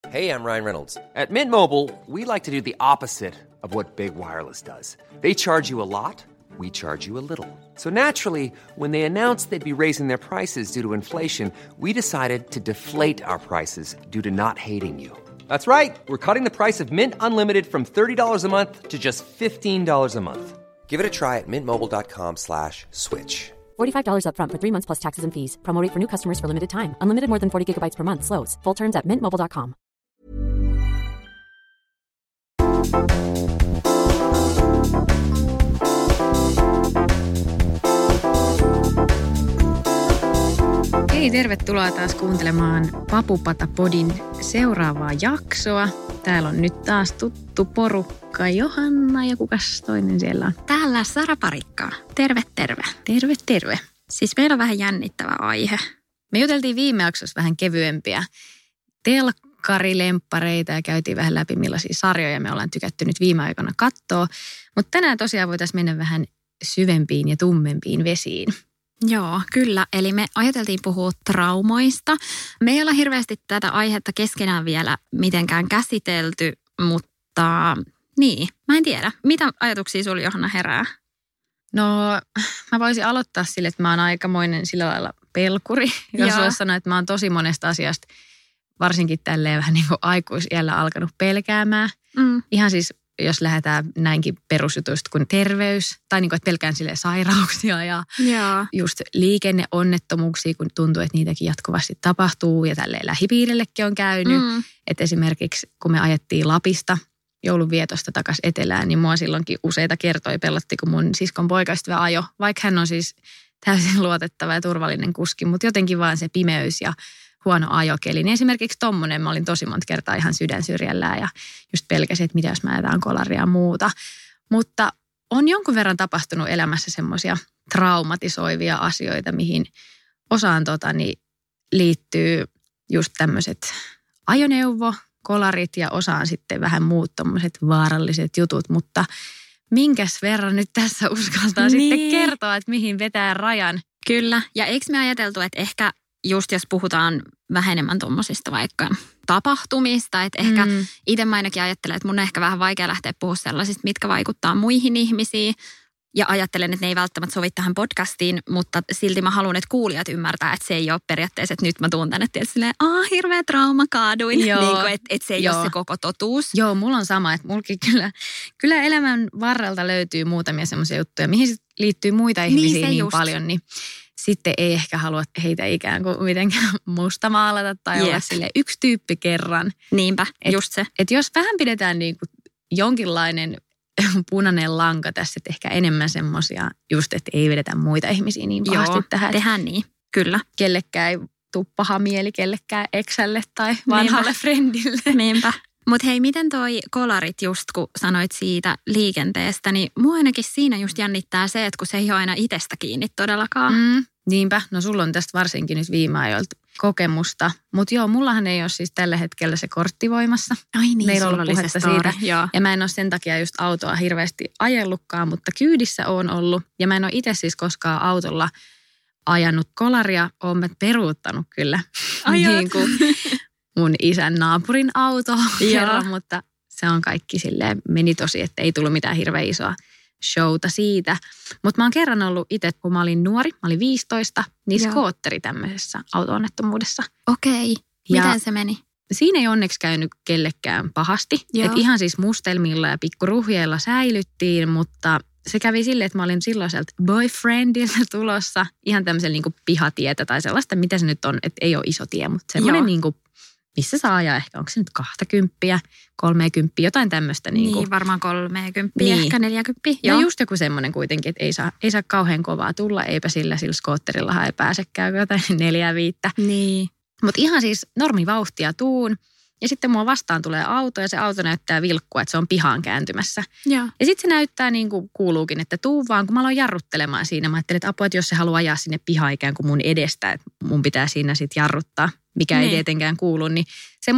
Hey, I'm Ryan Reynolds. At Mint Mobile, we like to do the opposite of what Big Wireless does. They charge you a lot, we charge you a little. So naturally, when they announced they'd be raising their prices due to inflation, we decided to deflate our prices due to not hating you. That's right. We're cutting the price of Mint Unlimited from $30 a month to just $15 a month. Give it a try at mintmobile.com/switch. $45 up front for 3 months plus taxes and fees. Promo rate for new customers for limited time. Unlimited more than 40 gigabytes per month. Slows full terms at mintmobile.com. Hei, tervetuloa taas kuuntelemaan Papupata-podin seuraavaa jaksoa. Täällä on nyt taas tuttu porukka. Johanna ja kukas toinen siellä on? Täällä Sara Parikkaa. Terve, terve. Terve, terve. Siis meillä on vähän jännittävä aihe. Me juteltiin viime jaksossa vähän kevyempiä telkkarilemppareita ja käytiin vähän läpi millaisia sarjoja me ollaan tykätty nyt viime aikoina katsoa. Mutta tänään tosiaan voitaisiin mennä vähän syvempiin ja tummempiin vesiin. Joo, kyllä. Eli me ajateltiin puhua traumoista. Me ei olla hirveästi tätä aihetta keskenään vielä mitenkään käsitelty, mutta niin, mä en tiedä. Mitä ajatuksia sulla, Johanna, herää? No, mä voisin aloittaa sille, että mä oon aikamoinen sillä lailla pelkuri. Jos voisi sanoa, että mä oon tosi monesta asiasta, varsinkin tälleen vähän niin kuin aikuisiällä alkanut pelkäämään. Ihan siis, jos lähdetään näinkin perusjutuista kuin terveys, tai niin kuin, että pelkään silleen sairauksia ja just liikenneonnettomuuksia, kun tuntuu, että niitäkin jatkuvasti tapahtuu ja tälleen lähipiirillekin on käynyt. Että esimerkiksi kun me ajettiin Lapista joulunvietosta takaisin etelään, niin mua silloinkin useita kertoja pelotti, kun mun siskon poikaystävä ajo, vaikka hän on siis täysin luotettava ja turvallinen kuski, mutta jotenkin vaan se pimeys ja huono ajokeli. Niin esimerkiksi tommonen, mä olin tosi monta kertaa ihan sydän syrjällään ja just pelkäsin, että mitä jos mä ajetaan kolaria ja muuta. Mutta on jonkun verran tapahtunut elämässä semmoisia traumatisoivia asioita, mihin osaan liittyy just tämmöiset ajoneuvo-kolarit ja osaan sitten vähän muut tommoset vaaralliset jutut, mutta minkäs verran nyt tässä uskaltaa sitten kertoa, että mihin vetää rajan? Kyllä, ja eikö me ajateltu, että ehkä just jos puhutaan vähän enemmän tuommoisista vaikka tapahtumista, että ehkä itse mä ainakin ajattelen, että mun on ehkä vähän vaikea lähteä puhumaan sellaisista, mitkä vaikuttaa muihin ihmisiin. Ja ajattelen, että ne ei välttämättä sovi tähän podcastiin, mutta silti mä haluan, että kuulijat ymmärtää, että se ei ole periaatteessa, että nyt mä tuun tänne tietysti silleen, hirveä trauma, kaaduin. Niin kuin, että se ei ole se koko totuus. Joo, mulla on sama, että mullakin kyllä elämän varrelta löytyy muutamia semmoisia juttuja, mihin liittyy muita ihmisiä niin paljon, niin sitten ei ehkä halua heitä ikään kuin mitenkään mustamaalata tai olla silleen yksi tyyppi kerran. Niinpä, just se. Että jos vähän pidetään niin kuin jonkinlainen punainen lanka tässä, että ehkä enemmän semmoisia just, että ei vedetä muita ihmisiä niin pahasti tähän. Tehdään niin, kyllä. Kellekään ei tule paha mieli kellekään eksälle tai vanhalle friendille. Niinpä. Mutta hei, miten toi kolarit just, kun sanoit siitä liikenteestä, niin mua ainakin siinä just jännittää se, että kun se ei ole aina itsestä kiinni todellakaan. Niinpä, no sulla on tästä varsinkin nyt viime ajoilta kokemusta. Mutta joo, mullahan ei ole siis tällä hetkellä se kortti voimassa. Ai niin, meillä on ollut puhetta siitä. Joo. Ja mä en ole sen takia just autoa hirveästi ajellutkaan, mutta kyydissä on ollut. Ja mä en ole itse siis koskaan autolla ajanut kolaria, oon mä peruuttanut kyllä. Niin kuin mun isän naapurin auto kerran, mutta se on kaikki silleen, meni tosi, että ei tullut mitään hirveän isoa showta siitä. Mutta mä oon kerran ollut itse, kun mä olin nuori, mä olin 15, niin skootteri tämmöisessä auto-onnettomuudessa. Okei. Miten se meni? Siinä ei onneksi käynyt kellekään pahasti. Et ihan siis mustelmilla ja pikkuruhjeilla säilyttiin, mutta se kävi silleen, että mä olin silloiselta boyfriendilta tulossa ihan tämmöisellä niinku pihatietä tai sellaista, mitä se nyt on, että ei ole iso tie, mutta semmoinen niinku, missä saa ajaa ehkä, onko se nyt 20, 30, jotain tämmöistä. Niin, varmaan 30, ehkä 40. Ja just joku semmoinen kuitenkin, että ei saa kauhean kovaa tulla, eipä sillä skootterillahan ei pääsekään jotain 4-5. Niin. Mutta ihan siis normivauhtia tuun. Ja sitten mua vastaan tulee auto ja se auto näyttää vilkkua, että se on pihaan kääntymässä. Ja sitten se näyttää niin kuin kuuluukin, että tuu vaan, kun mä aloin jarruttelemaan siinä. Mä ajattelin, että apua, että jos se haluaa ajaa sinne pihaan ikään kuin mun edestä, että mun pitää siinä sitten jarruttaa, mikä ei tietenkään kuulu. Niin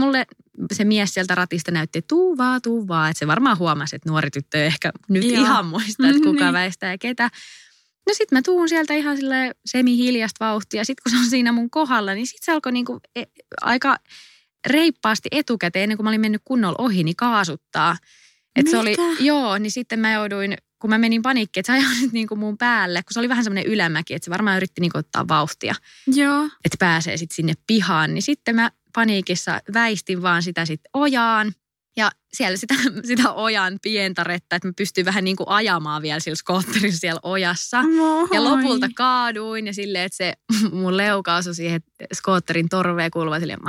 se mies sieltä ratista näytti, että tuu vaan. Että se varmaan huomasi, että nuori tyttö ei ehkä nyt ihan muista, että kuka väistää ja ketä. No sit mä tuun sieltä ihan silleen semi-hiljasta vauhtia. Sit kun se on siinä mun kohdalla, niin sit se alkoi niinku aika reippaasti etukäteen, ennen kuin mä olin mennyt kunnolla ohi, niin kaasuttaa. Että se oli, niin sitten mä jouduin, kun mä menin paniikkiin, että se ajoi nyt niin kuin mun päälle, kun se oli vähän semmoinen ylämäki, että se varmaan yritti niin kuin ottaa vauhtia. Joo. Että pääsee sitten sinne pihaan, niin sitten mä paniikissa väistin vaan sitä sitten ojaan. Ja siellä sitä ojan pientaretta, että mä pystyin vähän niin kuin ajamaan vielä sillä skootterilla siellä ojassa. Moi. Ja lopulta kaaduin ja silleen, että se mun leuka osui siihen skootterin torveen kuuluva silleen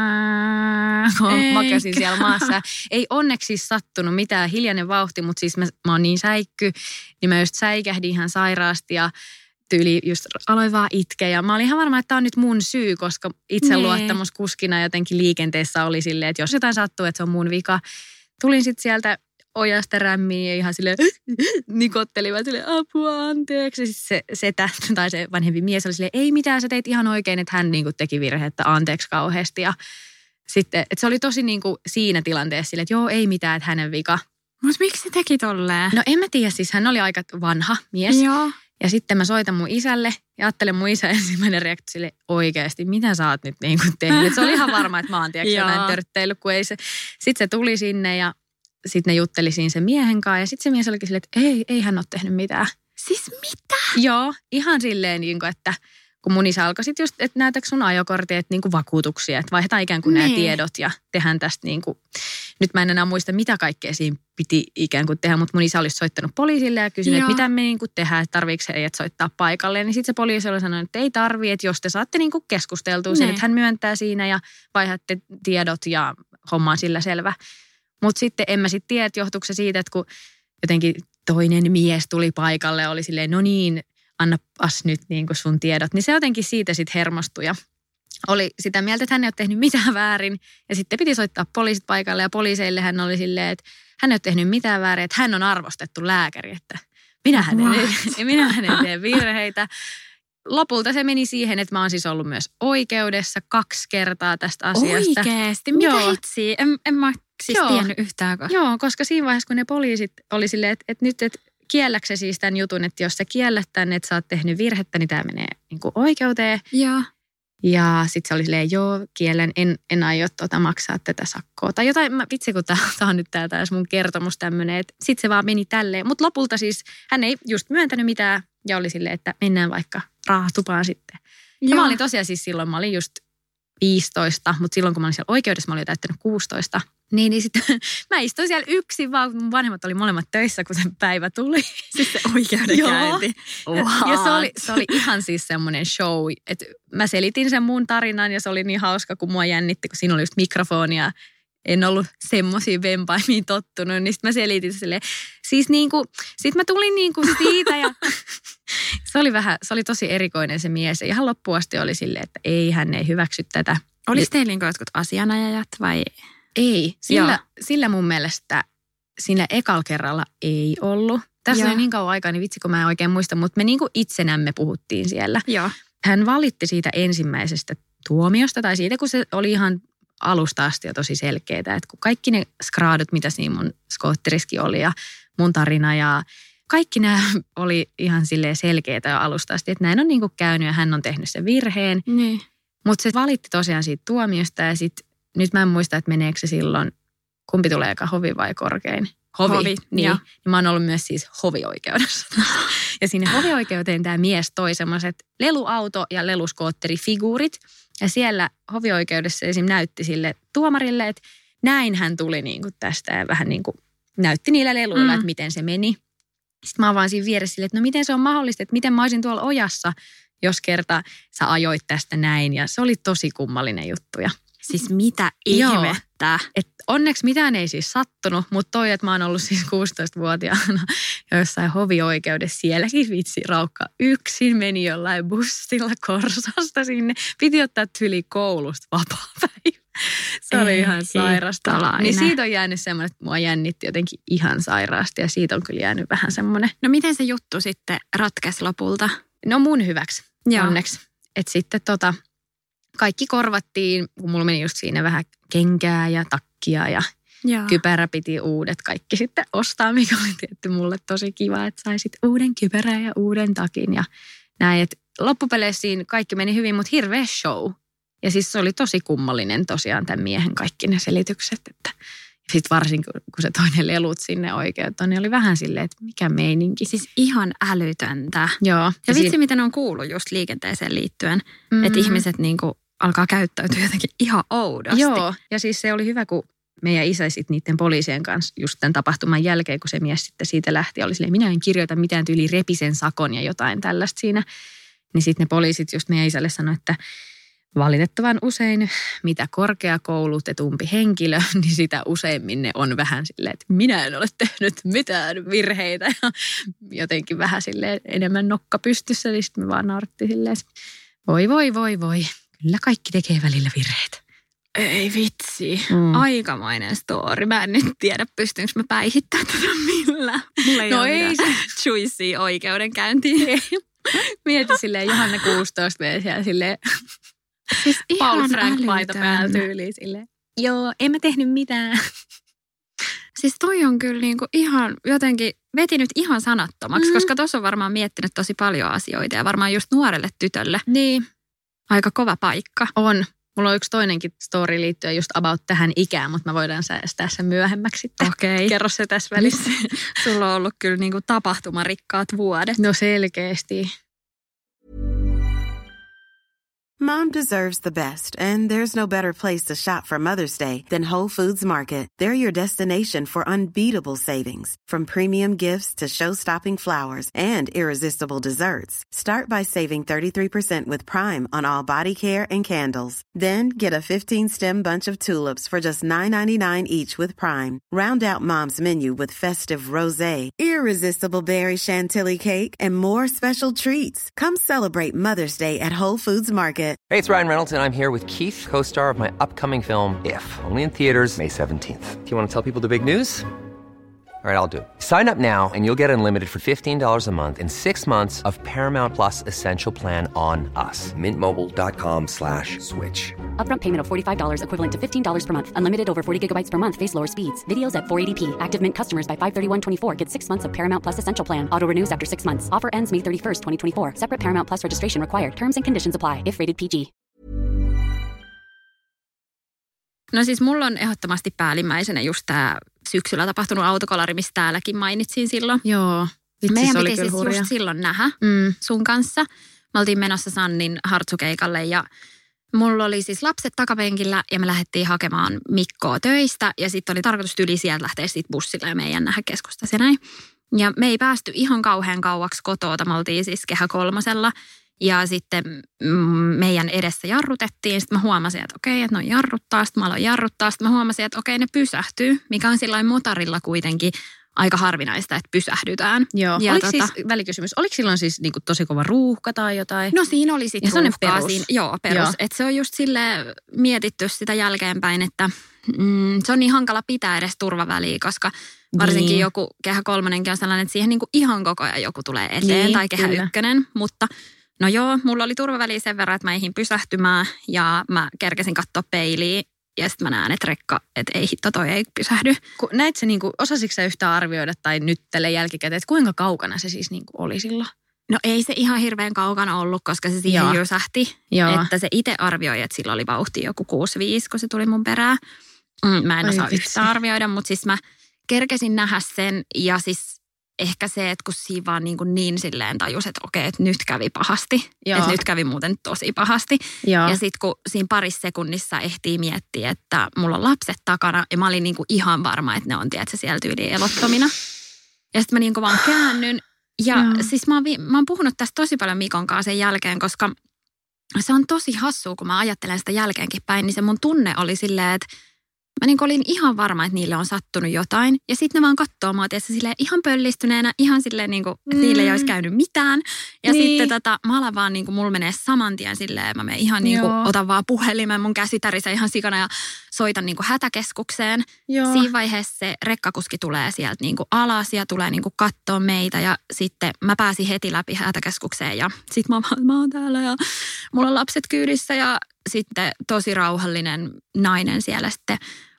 kun makasin siellä maassa. Ei onneksi siis sattunut mitään, hiljainen vauhti, mutta siis mä oon niin säikky, niin mä just säikähdin ihan sairaasti ja tyyli just aloin vaan itkeä. Ja mä olin ihan varma, että tämä on nyt mun syy, koska itseluottamus kuskina jotenkin liikenteessä oli silleen, että jos jotain sattuu, että se on mun vika. Tulin sitten sieltä ojasta rämmiin ja ihan silleen nikottelivat silleen apua, anteeksi. Ja sitten se setä tai se vanhempi mies oli silleen, ei mitään, sä teit ihan oikein, että hän niinku teki virhettä, anteeksi kauheasti. Ja sitten, että se oli tosi niinku siinä tilanteessa silleen, että joo, ei mitään, että hänen vika. Mutta miksi se teki tolleen? No en mä tiedä, siis hän oli aika vanha mies. Joo. Ja sitten mä soitan mun isälle ja ajattelen mun isä ensimmäinen reaktio sille, oikeasti, mitä sä oot nyt niin kuin tehnyt? Se oli ihan varma, että mä oon jotain törtteillyt, kun ei se. Sitten se tuli sinne ja sitten ne jutteli siinä sen miehen kanssa. Ja sitten se mies olikin silleen, että ei hän ole tehnyt mitään. Siis mitä? Joo, ihan silleen niin kuin, että kun mun isä alkoi sitten just, että näytäkö sun ajokortti, että niin kuin vakuutuksia, että vaihdetaan ikään kuin nämä tiedot ja tehdään tästä niin kuin. Nyt mä en enää muista, mitä kaikkea siinä piti ikään kuin tehdä, mutta mun isä olisi soittanut poliisille ja kysynyt, että mitä me niin kuin tehdään, että tarviiko heidät soittaa paikalle. Niin sitten se poliisi oli sanonut, että ei tarvitse, että jos te saatte niin kuin keskusteltua sen, että hän myöntää siinä ja vaihdatte tiedot ja homma on sillä selvä. Mutta sitten en mä sitten tiedä, että johtuuko se siitä, että kun jotenkin toinen mies tuli paikalle, oli silleen, no niin, annapas nyt niin kuin sun tiedot. Niin se jotenkin siitä sitten hermostui ja oli sitä mieltä, että hän ei ole tehnyt mitään väärin. Ja sitten piti soittaa poliisit paikalle ja poliiseille hän oli silleen, että hän ei ole tehnyt mitään väärin, että hän on arvostettu lääkäri, että minähän en tee virheitä. Lopulta se meni siihen, että mä oon siis ollut myös oikeudessa 2 kertaa tästä asiasta. Oikeesti? Mitä hitsiä? En mä siis tiennyt yhtään. Joo, koska siinä vaiheessa, kun ne poliisit oli silleen, että nyt kielläkö se siis tämän jutun, että jos sä kiellät tämän, että sä oot tehnyt virhettä, niin tämä menee niin kuin oikeuteen. Joo. Ja sitten se oli silleen, joo, kielen, en aio maksaa tätä sakkoa. Tai jotain, vitsi kun tämä on nyt taas mun kertomus tämmöinen, että sitten se vaan meni tälleen. Mutta lopulta siis hän ei just myöntänyt mitään ja oli silleen, että mennään vaikka rahatupaan sitten. Ja mä olin tosiaan siis silloin, mä olin just 15, mutta silloin kun mä olin siellä oikeudessa, mä olin täyttänyt 16. Niin sitten mä istuin siellä yksin vaan, mun vanhemmat oli molemmat töissä, kun se päivä tuli. Siis se oikeudenkäynti. Ja se oli ihan siis semmoinen show, että mä selitin sen mun tarinan ja se oli niin hauska, kun mua jännitti, kun siinä oli just mikrofonia. En ollut semmoisiin vempaimiin tottunut, niin sitten mä selitin silleen. Siis niinku, sit mä tulin niinku siitä ja se oli tosi erikoinen se mies. Ja ihan loppuun asti oli silleen, että hän ei hyväksy tätä. Olis teillä niinku jotkut asianajajat vai? Ei, sillä mun mielestä siinä ekalla kerralla ei ollut. Tässä oli niin kauan aikaa, niin vitsi kun mä en oikein muista, mutta me niinku itsenämme puhuttiin siellä. Joo. Hän valitti siitä ensimmäisestä tuomiosta tai siitä, kun se oli ihan alusta asti jo tosi selkeää, että kun kaikki ne skraadut, mitä siinä mun skootteriskin oli ja mun tarina ja kaikki nämä oli ihan silleen selkeää jo alusta asti, että näin on niinku käynyt ja hän on tehnyt sen virheen. Niin. Mutta se valitti tosiaan siitä tuomiosta ja sitten nyt mä en muista, että meneekö se silloin, kumpi tulee eka hovi vai korkein? Hovi. Niin mä oon ollut myös siis hovioikeudessa. Ja sinne hovioikeuteen tämä mies toi semmoiset leluauto- ja leluskootterifiguurit. Ja siellä hovioikeudessa esim. Näytti sille tuomarille, että näin hän tuli niinku tästä ja vähän niin kuin näytti niillä leluilla, että miten se meni. Sitten mä oon vaan siinä vieressä silleen, että no miten se on mahdollista, että miten mä olisin tuolla ojassa, jos kerta sä ajoit tästä näin. Ja se oli tosi kummallinen juttu. Ja siis mitä ihmettä? Et onneksi mitään ei siis sattunut, mutta toi, että mä oon ollut siis 16-vuotiaana jossain hovioikeudessa sielläkin vitsi raukka. Yksin meni jollain bussilla Korsasta sinne. Piti ottaa tyli koulusta vapaapäivä. Se oli ihan sairasta. Niin siitä on jäänyt semmoinen, että mua jännitti jotenkin ihan sairaasti ja siitä on kyllä jäänyt vähän semmoinen. No miten se juttu sitten ratkesi lopulta? No mun hyväksi onneksi. Että sitten kaikki korvattiin, kun mulla meni just siinä vähän kenkää ja takkia ja kypärä piti uudet kaikki sitten ostaa, mikä oli tietty mulle tosi kiva, että sai sitten uuden kypärän ja uuden takin ja näin. Että loppupeleissä siinä kaikki meni hyvin, mutta hirveä show. Ja siis se oli tosi kummallinen tosiaan tämän miehen kaikki ne selitykset, että sitten varsinkin kun se toinen lelut sinne oikeuteen, niin oli vähän silleen, että mikä meininki. Siis ihan älytöntä. Joo. Ja vitsi, miten on kuullut just liikenteeseen liittyen, että ihmiset niinku alkaa käyttäytyä jotenkin ihan oudosti. Joo, ja siis se oli hyvä, kun meidän isä sitten niiden poliisien kanssa just tämän tapahtuman jälkeen, kun se mies sitten siitä lähti, oli silleen, minä en kirjoita mitään tyyli repisen sakon ja jotain tällaista siinä. Niin sitten ne poliisit just meidän isälle sanoi, että valitettavan usein, mitä korkeakoulutetumpi henkilö, niin sitä useimmin ne on vähän silleen, että minä en ole tehnyt mitään virheitä. Ja jotenkin vähän silleen enemmän nokka pystyssä, niin sitten me vaan naurattiin silleen, voi. Kyllä kaikki tekee välillä virheitä. Ei vitsi. Aikamoinen story. Mä en nyt tiedä, pystynkö mä päihittämään tätä millään. Mulla ei ole juicy oikeudenkäyntiä. Mieti silleen Johanna 16 ja silleen siis Paul Frank paita päällä tyyliin silleen. Joo, en mä tehnyt mitään. Siis toi on kyllä niinku ihan jotenkin vetinyt ihan sanattomaksi, koska tuossa on varmaan miettinyt tosi paljon asioita ja varmaan just nuorelle tytölle. Niin. Aika kova paikka. On. Mulla on yksi toinenkin story liittyen just about tähän ikään, mutta me voidaan säästää sen myöhemmäksi sitten. Okei. Kerro se tässä välissä. Sulla on ollut kyllä niinku tapahtumarikkaat vuodet. No selkeästi. Mom deserves the best, and there's no better place to shop for Mother's Day than Whole Foods Market. They're your destination for unbeatable savings, from premium gifts to show-stopping flowers and irresistible desserts. Start by saving 33% with Prime on all body care and candles. Then get a 15-stem bunch of tulips for just $9.99 each with Prime. Round out Mom's menu with festive rosé, irresistible berry chantilly cake, and more special treats. Come celebrate Mother's Day at Whole Foods Market. Hey, it's Ryan Reynolds, and I'm here with Keith, co-star of my upcoming film, If, only in theaters May 17th. Do you want to tell people the big news? All right, I'll do it. Sign up now and you'll get unlimited for $15 a month and 6 months of Paramount Plus Essential Plan on us. MintMobile.com/switch. Upfront payment of $45 equivalent to $15 per month. Unlimited over 40 gigabytes per month. Face lower speeds. Videos at 480p. Active Mint customers by 531.24 get 6 months of Paramount Plus Essential Plan. Auto renews after 6 months. Offer ends May 31st, 2024. Separate Paramount Plus registration required. Terms and conditions apply if rated PG. No siis mulla on ehdottomasti päällimmäisenä just tämä syksyllä tapahtunut autokolari, mistä täälläkin mainitsin silloin. Joo. Meidän piti siis just silloin nähdä sun kanssa. Me oltiin menossa Sannin hartsukeikalle ja mulla oli siis lapset takapenkillä ja me lähdettiin hakemaan Mikkoa töistä. Ja sitten oli tarkoitus yli sieltä lähteä siitä bussilla ja meidän nähdä keskustassa ja näin. Ja me ei päästy ihan kauhean kauaksi kotoa. Me oltiin siis Kehä Kolmosella. Ja sitten meidän edessä jarrutettiin. Sitten mä huomasin, että okei, että ne on jarruttaa. Sitten mä aloin jarruttaa. Sitten mä huomasin, että okei, ne pysähtyy. Mikä on sillain motorilla kuitenkin aika harvinaista, että pysähdytään. Joo. Oliko siis, välikysymys, oliko silloin siis niinku tosi kova ruuhka tai jotain? No siinä oli sitten ruuhkaa. Perus. Joo, perus. Että se on just silleen mietitty sitä jälkeenpäin, että se on niin hankala pitää edes turvaväliä, koska varsinkin joku Kehä Kolmonenkin on sellainen, että siihen niinku ihan koko ajan joku tulee eteen tai Kehä Ykkönen, mutta no joo, mulla oli turvaväliä sen verran, että mä eihin pysähtymään ja mä kerkesin katsoa peiliin ja sitten mä näen, että rekka, että ei hitto, toi ei pysähdy. Näit sä niinku, osasitko sä yhtään arvioida tai nyt tälle jälkikäteen, että kuinka kaukana se siis niinku oli silloin? No ei se ihan hirveän kaukana ollut, koska se siihen jysähti. Että se itse arvioi, että sillä oli vauhti joku 6-5, kun se tuli mun perään. Mä en osaa yhtään arvioida, mutta siis mä kerkesin nähdä sen ja siis ehkä se, että kun siinä vaan niin silleen tajus, että okei, että nyt kävi pahasti. Että nyt kävi muuten tosi pahasti. Ja sitten kun siinä parissa sekunnissa ehtii miettiä, että mulla on lapset takana ja mä olin ihan varma, että ne on, tiedätkö, siellä tyyliin elottomina. Ja sitten mä vaan käännyn. Ja siis mä oon puhunut tästä tosi paljon Mikon kanssa sen jälkeen, koska se on tosi hassua, kun mä ajattelen sitä jälkeenkin päin, niin se mun tunne oli silleen, että mä olin ihan varma, että niille on sattunut jotain. Ja sitten ne vaan katsoo mua, tietysti silleen ihan pöllistyneenä, ihan silleen että niille ei olisi käynyt mitään. Ja sitten mä alan vaan mulla menee saman tien silleen, mä menen ihan otan vaan puhelimen, mun käsi tärisee ihan sikana ja soitan hätäkeskukseen. Joo. Siinä vaiheessa se rekkakuski tulee sieltä alas ja tulee kattoo meitä ja sitten mä pääsin heti läpi hätäkeskukseen ja sitten mä oon täällä ja mulla on lapset kyydissä ja sitten tosi rauhallinen nainen siellä sitten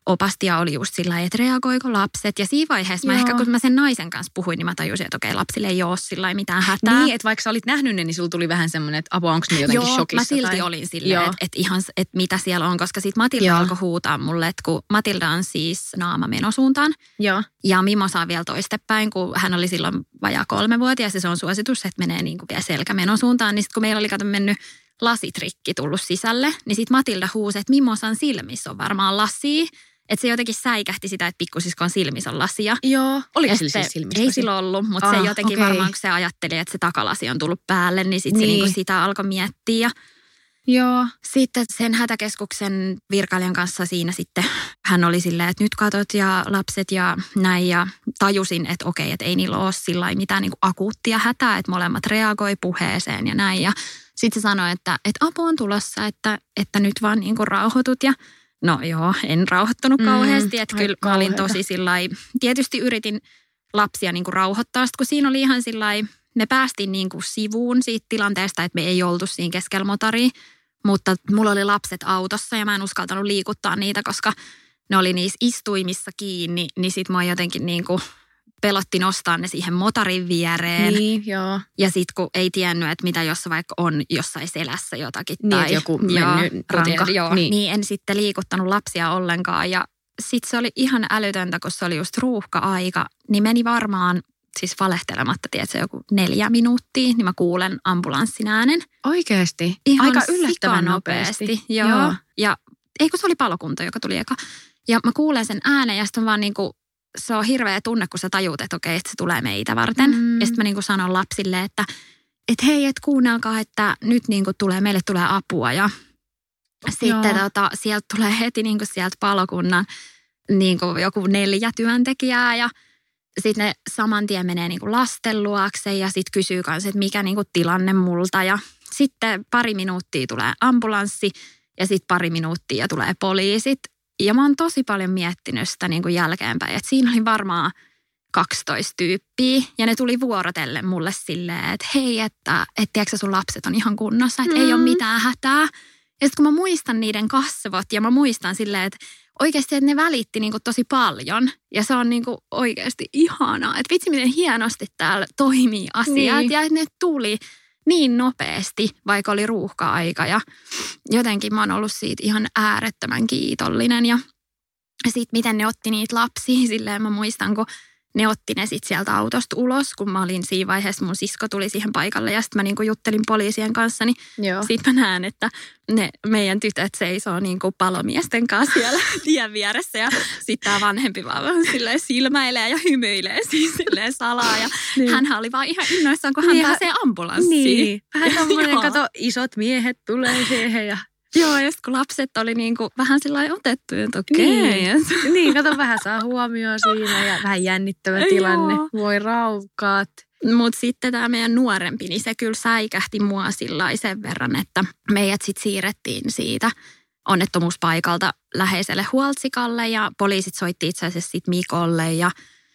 opastia oli just sillä lailla, että reagoiko lapset. Ja siinä vaiheessa mä ehkä, kun mä sen naisen kanssa puhuin, niin mä tajusin, että okei, lapsille ei ole sillä lailla mitään hätää. Niin, että vaikka sä olit nähnyt ne, niin sulla tuli vähän semmoinen, että apua, onko ne jotenkin shokissa? Joo, mä silti olin silleen, että mitä siellä on, koska sitten Matilda alkoi huutaa mulle, että kun Matilda on siis naama menosuuntaan. Joo. Ja Mimo saa vielä toistepäin, kun hän oli silloin vajaa 3-vuotias ja se on suositus, että menee niin kuin vielä selkä menosuuntaan. Niin sitten kun meillä oli mennyt lasitrikki tullut sisälle, niin sitten Matilda huusi, että Mimosan silmissä on varmaan lasia. Että se jotenkin säikähti sitä, että pikkusiskon silmissä on lasia. Joo. Oliko sillä siis silmissä? Ei sillä ollut, mutta se jotenkin varmaan, kun se ajatteli, että se takalasi on tullut päälle, niin sitten se niinku sitä alkoi miettiä. Joo. Sitten sen hätäkeskuksen virkailijan kanssa siinä sitten hän oli silleen, että nyt katot ja lapset ja näin. Ja tajusin, että okei, että ei niillä ole sillä mitään niinku akuuttia hätää, että molemmat reagoi puheeseen ja näin. Ja sitten se sanoi, että apu on tulossa, että nyt vaan niinku rauhoitut ja no joo, en rauhoittunut kauheasti, että kyllä mä olin tosi sillai. Tietysti yritin lapsia niinku rauhoittaa, kun siinä oli ihan sillai, me päästiin niinku sivuun siitä tilanteesta, että me ei oltu siinä keskellä motaria, mutta mulla oli lapset autossa ja mä en uskaltanut liikuttaa niitä, koska ne oli niissä istuimissa kiinni, niin sit mua jotenkin niinku pelotti nostaa ne siihen motarin viereen. Niin, joo. Ja sitten kun ei tiennyt, että mitä jos vaikka on jossain selässä jotakin. Niin, tai joku mennyt ranka. Niin en sitten liikuttanut lapsia ollenkaan. Ja sitten se oli ihan älytöntä, kun se oli just ruuhka-aika. Niin meni varmaan, siis valehtelematta, tiedätkö, joku 4 minuuttia, niin mä kuulen ambulanssin äänen. Oikeasti? Ihan aika yllättävän nopeasti. Joo. Ja eikö se oli palokunta, joka tuli eka. Ja mä kuulen sen äänen ja sitten vaan niinku, se on hirveä tunne, kun sä tajuut, että okei, että se tulee meitä varten. Ja sitten mä niinku sanon lapsille, että hei, että kuunnelkaa, että nyt niinku meille tulee apua. Ja sitten sieltä tulee heti niinku sieltä palokunnan niinku joku 4 työntekijää ja sitten ne saman tien menee niinku lasten luokse ja sitten kysyy kanssa, että mikä niinku tilanne multa. Ja sitten 2 minuuttia tulee ambulanssi ja sitten 2 minuuttia tulee poliisit. Ja mä oon tosi paljon miettinyt sitä niin kuin jälkeenpäin, että siinä oli varmaan 12 tyyppiä ja ne tuli vuorotellen mulle silleen, että hei, että tiedätkö sun lapset on ihan kunnossa, että ei ole mitään hätää. Ja sitten kun mä muistan niiden kasvot ja mä muistan silleen, että oikeasti että ne välitti niin kuin tosi paljon ja se on niin kuin oikeasti ihanaa, että vitsi miten hienosti täällä toimii asiat ja että ne tuli niin nopeasti, vaikka oli ruuhka-aika ja jotenkin mä oon ollut siitä ihan äärettömän kiitollinen ja sitten miten ne otti niitä lapsia, silleen mä muistan, kun ne otti ne sitten sieltä autosta ulos, kun mä olin siinä vaiheessa, mun sisko tuli siihen paikalle ja sitten mä niinku juttelin poliisien kanssa, niin sitten mä näen, että ne meidän tytöt seisoo niinku palomiesten kanssa siellä tien vieressä ja sitten tämä vanhempi vaan silleen silmäilee ja hymyilee siis silleen salaa ja hänhän oli vaan ihan innoissaan, kun hän pääsee ambulanssiin. Niin, vähän tommoinen, kato, isot miehet tulee siihen ja joo, ja kun lapset oli niinku vähän sellainen otettu, että okei. Niin, kato, vähän saa huomioon siinä ja vähän jännittävä tilanne. Voi raukaat. Mutta sitten tämä meidän nuorempi, niin se kyllä säikähti mua sen verran, että meidät sitten siirrettiin siitä onnettomuuspaikalta läheiselle huoltsikalle ja poliisit soitti itse asiassa sitten Mikolle ja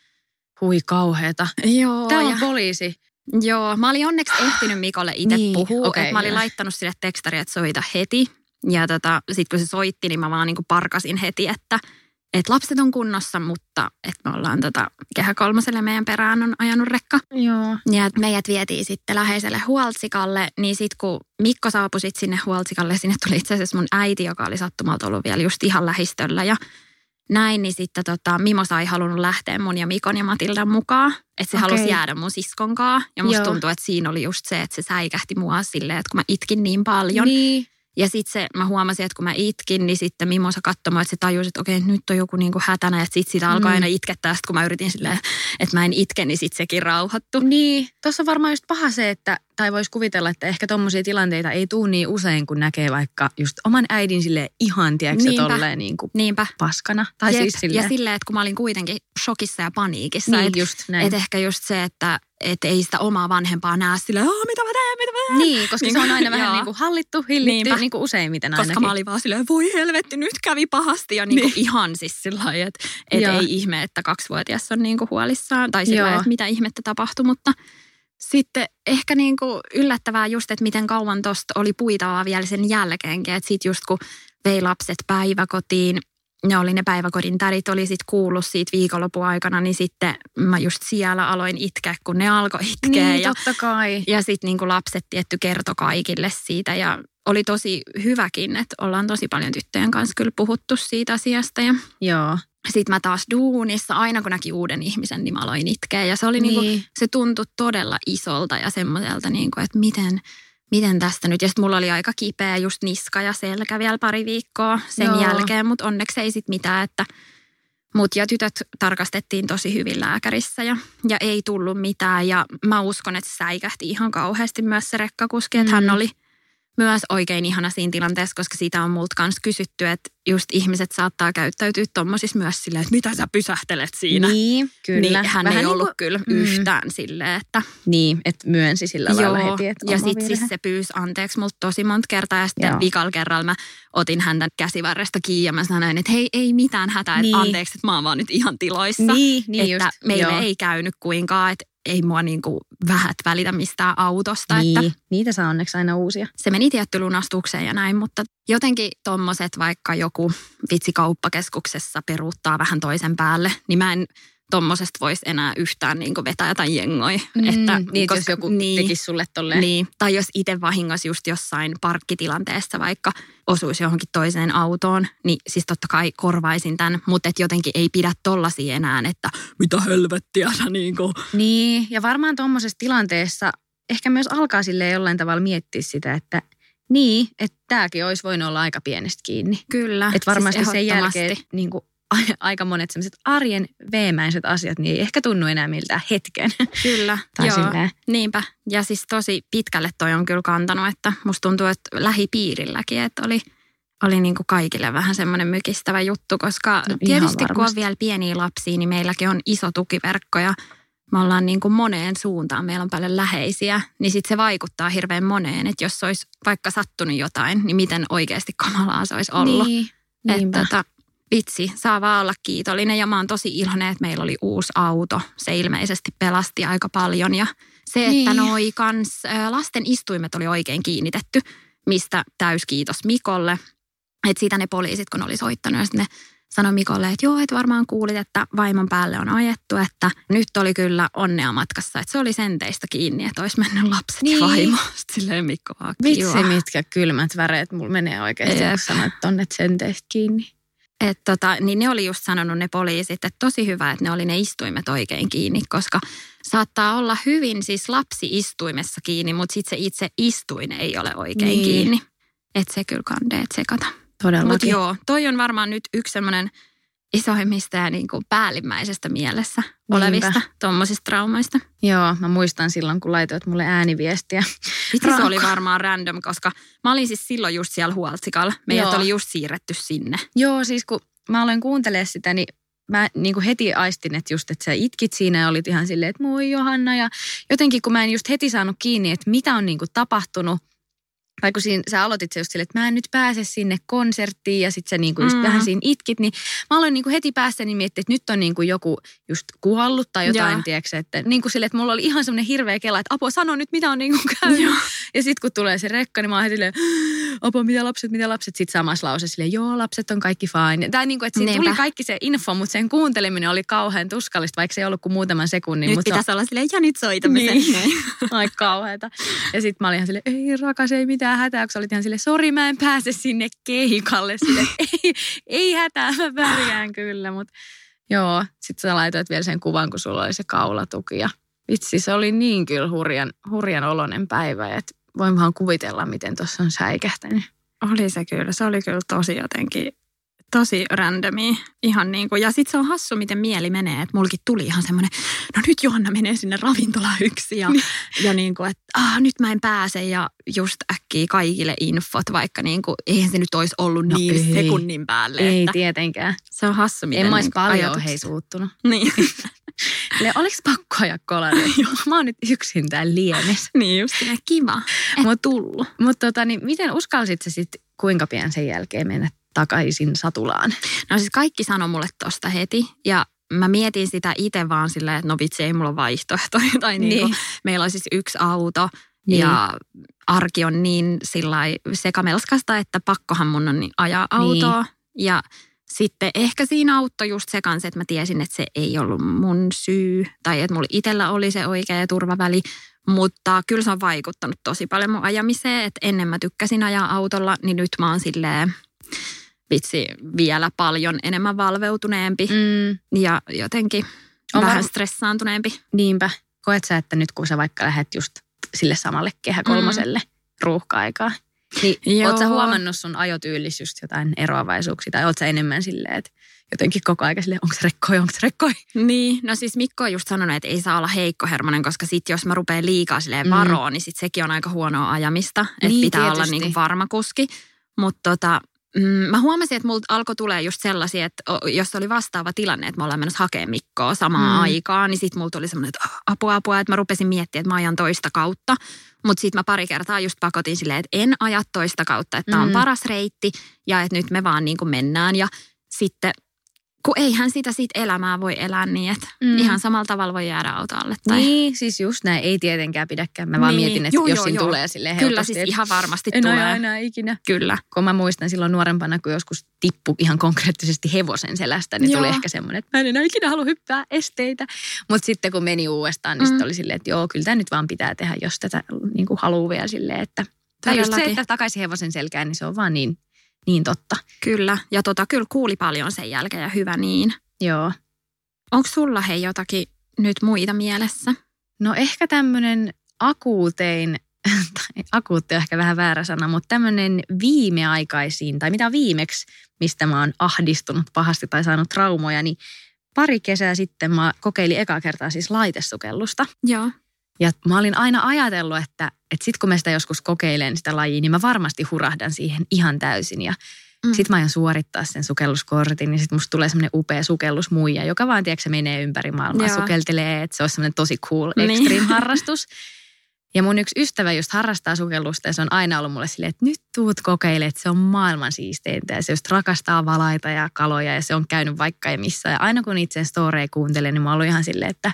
hui kauheeta. Joo. Täällä on poliisi. Joo, mä olin onneksi ehtinyt Mikolle itse puhua, että mä olin laittanut sille tekstaria, että soita heti. Ja sitten kun se soitti, niin mä vaan niinku parkasin heti, että lapset on kunnossa, mutta että me ollaan Kehä Kolmoselle meidän perään on ajanut rekka. Joo. Ja meidät vietiin sitten läheiselle huoltsikalle, niin sitten kun Mikko saapui sitten sinne huoltsikalle, sinne tuli itse asiassa mun äiti, joka oli sattumalta ollut vielä just ihan lähistöllä ja näin, niin sitten Mimosa ei halunnut lähteä mun ja Mikon ja Matildan mukaan. Että se halusi jäädä mun siskonkaan. Ja musta tuntuu, että siinä oli just se, että se säikähti mua silleen, että kun mä itkin niin paljon. Niin. Ja sitten mä huomasin, että kun mä itkin, niin sitten Mimosa katsoi mua, että se tajusi, että okei, nyt on joku niinku hätänä. Ja sitten sitä alkoi aina itkettää, sitten kun mä yritin silleen, että mä en itke, niin sitten sekin rauhoittui. Niin, tuossa on varmaan just paha se, että, tai voisi kuvitella, että ehkä tommosia tilanteita ei tule niin usein, kun näkee vaikka just oman äidin silleen ihan, tiedätkö tolleen niinku paskana. Tai siis silleen. Ja silleen, että kun mä olin kuitenkin shokissa ja paniikissa. Niin, just näin. Että ehkä just se, että ei sitä omaa vanhempaa näe silleen, mitä mä teen. Niin, koska se on aina vähän niin kuin hallittu, hillitty, niin kuin useimmiten ainakin. Koska mä olin vaan silleen, voi helvetti, nyt kävi pahasti. Ja niin kuin ihan siis sillä lailla, että ei ihme, että 2-vuotias on niin kuin huolissaan. Tai sillä lailla, että mitä ihmettä tapahtui. Mutta sitten ehkä niin kuin yllättävää just, että miten kauan tosta oli puitavaa vielä sen jälkeenkin. Että sit just kun vei lapset päiväkotiin ne oli ne päiväkodin tädit, oli sitten kuullut siitä viikonlopun aikana, niin sitten mä just siellä aloin itkeä, kun ne alkoi itkeä. Niin, totta kai. Ja sitten niin kuin lapset tietty kertoi kaikille siitä ja oli tosi hyväkin, että ollaan tosi paljon tyttöjen kanssa kyllä puhuttu siitä asiasta. Ja Joo. sitten mä taas duunissa, aina kun näki uuden ihmisen, niin mä aloin itkeä. Ja se oli niin. Se tuntui todella isolta ja semmoiselta, niin kuin, että miten tästä nyt. Ja sitten mulla oli aika kipeä just niska ja selkä vielä pari viikkoa sen jälkeen, mutta onneksi ei sitten mitään, että mut ja tytöt tarkastettiin tosi hyvin lääkärissä ja ei tullut mitään. Ja mä uskon, että se säikähti ihan kauheasti myös se rekkakuski, että hän oli myös oikein ihana siinä tilanteessa, koska siitä on multa kanssa kysytty, että just ihmiset saattaa käyttäytyä tommosissa myös silleen, että mitä sä pysähtelet siinä. Niin, kyllä. Niin hän vähän ei ollut niin kuin, kyllä yhtään silleen, että... Niin, että myönsi sillä lailla heti, että ja sitten siis se pyysi anteeksi multa tosi monta kertaa ja sitten vikalla kerralla mä otin häntä käsivarresta kiinni ja mä sanoin, että hei, ei mitään hätää, että anteeksi, että mä oon vaan nyt ihan tiloissa. Niin että just, meille ei käynyt kuinkaan, että ei mua niinku vähät välitä mistään autosta. Niin, että niitä saa onneksi aina uusia. se meni tietty lunastukseen ja näin, mutta jotenkin tommoset vaikka joku vitsi kauppakeskuksessa peruuttaa vähän toisen päälle, niin mä en tommosesta voisi enää yhtään niinku vetää jotain jengoi. Että, niin, jos joku tekisi sulle tolleen. Niin, tai jos itse vahingossa just jossain parkkitilanteessa vaikka osuisi johonkin toiseen autoon, niin siis totta kai korvaisin tämän, mutta et jotenkin ei pidä tollasia enää, että mitä helvettiä sä niinku. Niin, ja varmaan tommosessa tilanteessa ehkä myös alkaa silleen jollain tavalla miettiä sitä, että niin, että tämäkin olisi voinut olla aika pienestä kiinni. Kyllä. Että varmasti siis sen jälkeen niin kuin, aika monet sellaiset arjen veemäiset asiat, niin ei ehkä tunnu enää miltään hetken. Kyllä, tai joo, silleen. niinpä. Ja siis tosi pitkälle toi on kyllä kantanut, että musta tuntuu, että lähipiirilläkin, että oli niin kuin kaikille vähän semmoinen mykistävä juttu, koska tietysti kun on vielä pieniä lapsia, niin meilläkin on iso tukiverkko ja me ollaan niin kuin moneen suuntaan, meillä on paljon läheisiä, niin sitten se vaikuttaa hirveän moneen, että jos olisi vaikka sattunut jotain, niin miten oikeasti kamalaa se olisi ollut. Niin, että vitsi, saa vaan olla kiitollinen ja mä oon tosi iloinen, että meillä oli uusi auto. Se ilmeisesti pelasti aika paljon ja se, että noi kans lasten istuimet oli oikein kiinnitetty, mistä täyskiitos Mikolle. Että siitä ne poliisit, kun oli soittanut ja sitten ne sanoi Mikolle, että joo, että varmaan kuulit, että vaimon päälle on ajettu, että nyt oli kyllä onnea matkassa, että se oli senteistä kiinni, että olisi mennyt lapset ja vaimo. Sitten silleen Mikko vaan kiva. Vitsi, mitkä kylmät väreet mulla menee oikeasti, kun sanoit, että on senteistä kiinni. Niin ne oli just sanonut ne poliisit, että tosi hyvä, että ne oli ne istuimet oikein kiinni, koska saattaa olla hyvin siis lapsi istuimessa kiinni, mutta sitten se itse istuin ei ole oikein kiinni. Että se kyllä kandee tsekata. Todellakin. Mutta joo, toi on varmaan nyt yksi semmoinen isoimmista ja niin kuin päällimmäisestä mielessä olevista tuommoisista traumaista. Joo, mä muistan silloin, kun laitoit mulle ääniviestiä. Itse se oli varmaan random, koska mä olin siis silloin just siellä Huoltsikalla. Meidät oli just siirretty sinne. Joo, siis kun mä aloin kuuntelemaan sitä, niin mä niin kuin heti aistin, että just, että sä itkit siinä ja olit ihan silleen, että moi Johanna. Ja jotenkin, kun mä en just heti saanut kiinni, että mitä on niin kuin tapahtunut. Tai kun sä aloitit se just silleen, että mä en nyt pääse sinne konserttiin ja sitten sä niinku just vähän siinä itkit, niin mä aloin niinku heti päässäni miettiä, että nyt on niinku joku just kuollut tai jotain, tiedätkö, että niinku silleen, että mulla oli ihan semmoinen hirveä kela, että apua, sano nyt, mitä on niinku käynyt. Ja sitten kun tulee se rekka, niin mä oon heti silleen, apua, mitä lapset, sitten samassa lauseessa silleen, joo, lapset on kaikki fine. Tai niinku, että siitä tuli kaikki se info, mutta sen kuunteleminen oli kauhean tuskallista, vaikka se ei ollut kuin muutaman sekunnin. Nyt pitäisi olla silleen, ja nyt soitamme sen. Ai kauheata. Ja sitten mä olin ihan silleen, ei rakas, ei mitään hätää, kun sä olit ihan silleen, sori mä en pääse sinne keikalle. Silleen, ei hätää, mä pärjään kyllä. Mutta joo, sit sä laitoit vielä sen kuvan, kun sulla oli se kaulatuki. Ja vitsi, se oli niin kyllä hurjan oloinen päivä, että voin vaan kuvitella, miten tuossa on säikähtänyt. Oli se kyllä, se oli kyllä tosi jotenkin, tosi randomia. Ihan niin kuin, ja sitten se on hassu, miten mieli menee, että mulkin tuli ihan semmoinen, no nyt Johanna menee sinne ravintolaan yksi ja niin kuin, että nyt mä en pääse ja just äkkiä kaikille infot, vaikka niin kuin, eihän se nyt olisi ollut niin sekunnin päälle. Ei että tietenkään. Se on hassu, miten en mä olisi niin paljon suuttunut. Niin. Oliko pakko ajaa kolaria? Mä oon nyt yksin täällä liemessä. Niin just kiva, että tullut. Mutta niin miten uskalsit sä sitten kuinka pian sen jälkeen mennä takaisin Satulaan? No siis kaikki sanoi mulle tosta heti ja mä mietin sitä itse vaan silleen, että no vitsi ei mulla vaihtoehtoja. Tai niin. Meillä on siis yksi auto ja arki on niin sillai sekamelskasta, että pakkohan mun on ajaa autoa. Ja sitten ehkä siinä auttoi just se kanssa, että mä tiesin, että se ei ollut mun syy. Tai että mulla itsellä oli se oikea turvaväli. Mutta kyllä se on vaikuttanut tosi paljon mun ajamiseen. Että ennen mä tykkäsin ajaa autolla, niin nyt mä oon silleen vitsi vielä paljon enemmän valveutuneempi. Ja jotenkin vähän stressaantuneempi. Niinpä. Koet sä, että nyt kun sä vaikka lähdet just sille samalle Kehä kolmoselle ruuhka-aikaa, niin oot sä huomannut sun ajotyylissä just jotain eroavaisuuksia? Tai oot sä enemmän silleen, että jotenkin koko ajan silleen, onko se rekkoi? Niin, no siis Mikko on just sanonut, että ei saa olla heikkohermonen, koska sit jos mä rupean liikaa silleen varoon, niin sit sekin on aika huonoa ajamista. Että niin, pitää tietysti olla niinku varma kuski. Mutta mä huomasin, että multa alkoi tulee just sellaisia, että jos oli vastaava tilanne, että me ollaan menossa hakemaan Mikkoa samaan aikaan, niin sit multa tuli semmoinen, että apua, että mä rupesin miettimään, että mä ajan toista kautta. Mutta sitten mä pari kertaa just pakotin silleen, että en aja toista kautta, että tää on paras reitti ja että nyt me vaan niin kuin mennään. Ja sitten, kun eihän sitä siitä elämää voi elää niin, että ihan samalla tavalla voi jäädä autolle. Tai... Niin, siis just näin, ei tietenkään pidäkään. Mä vaan mietin, että jos siinä tulee silleen helposti. Kyllä, siis ihan varmasti en tulee. En aja enää ikinä. Kyllä. Kun mä muistan silloin nuorempana, kun joskus tippui ihan konkreettisesti hevosen selästä, niin tuli ehkä semmoinen, että mä en enää ikinä halua hyppää esteitä. Mutta sitten kun meni uudestaan, niin sitten oli silleen, että joo, kyllä tämä nyt vaan pitää tehdä, jos tätä niin kuin haluaa vielä silleen, että... Tai just se, että takaisin hevosen selkään, niin se on vaan niin totta. Kyllä, ja kyllä kuuli paljon sen jälkeen ja hyvä niin. Joo. Onko sulla hei jotakin nyt muita mielessä? No ehkä tämmöinen akuutti on ehkä vähän väärä sana, mutta tämmöinen viimeaikaisiin, tai mitä viimeksi, mistä mä oon ahdistunut pahasti tai saanut traumoja, niin pari kesää sitten mä kokeilin ekaa kertaa siis laitesukellusta. Joo. Ja mä olin aina ajatellut, että sit kun mä sitä joskus kokeilen sitä lajia, niin mä varmasti hurahdan siihen ihan täysin. Ja sit mä aion suorittaa sen sukelluskortin, niin sit musta tulee semmoinen upea sukellusmuija, joka vaan, tiedätkö, se menee ympäri maailmaa, sukeltelee, että se olisi semmoinen tosi cool extreme-harrastus. Ja mun yksi ystävä just harrastaa sukellusta ja se on aina ollut mulle silleen, että nyt tuut kokeile, että se on maailman siisteintä ja se just rakastaa valaita ja kaloja ja se on käynyt vaikka ja missä. Ja aina kun itse storeja kuuntelen, niin mä oon ollut ihan silleen, että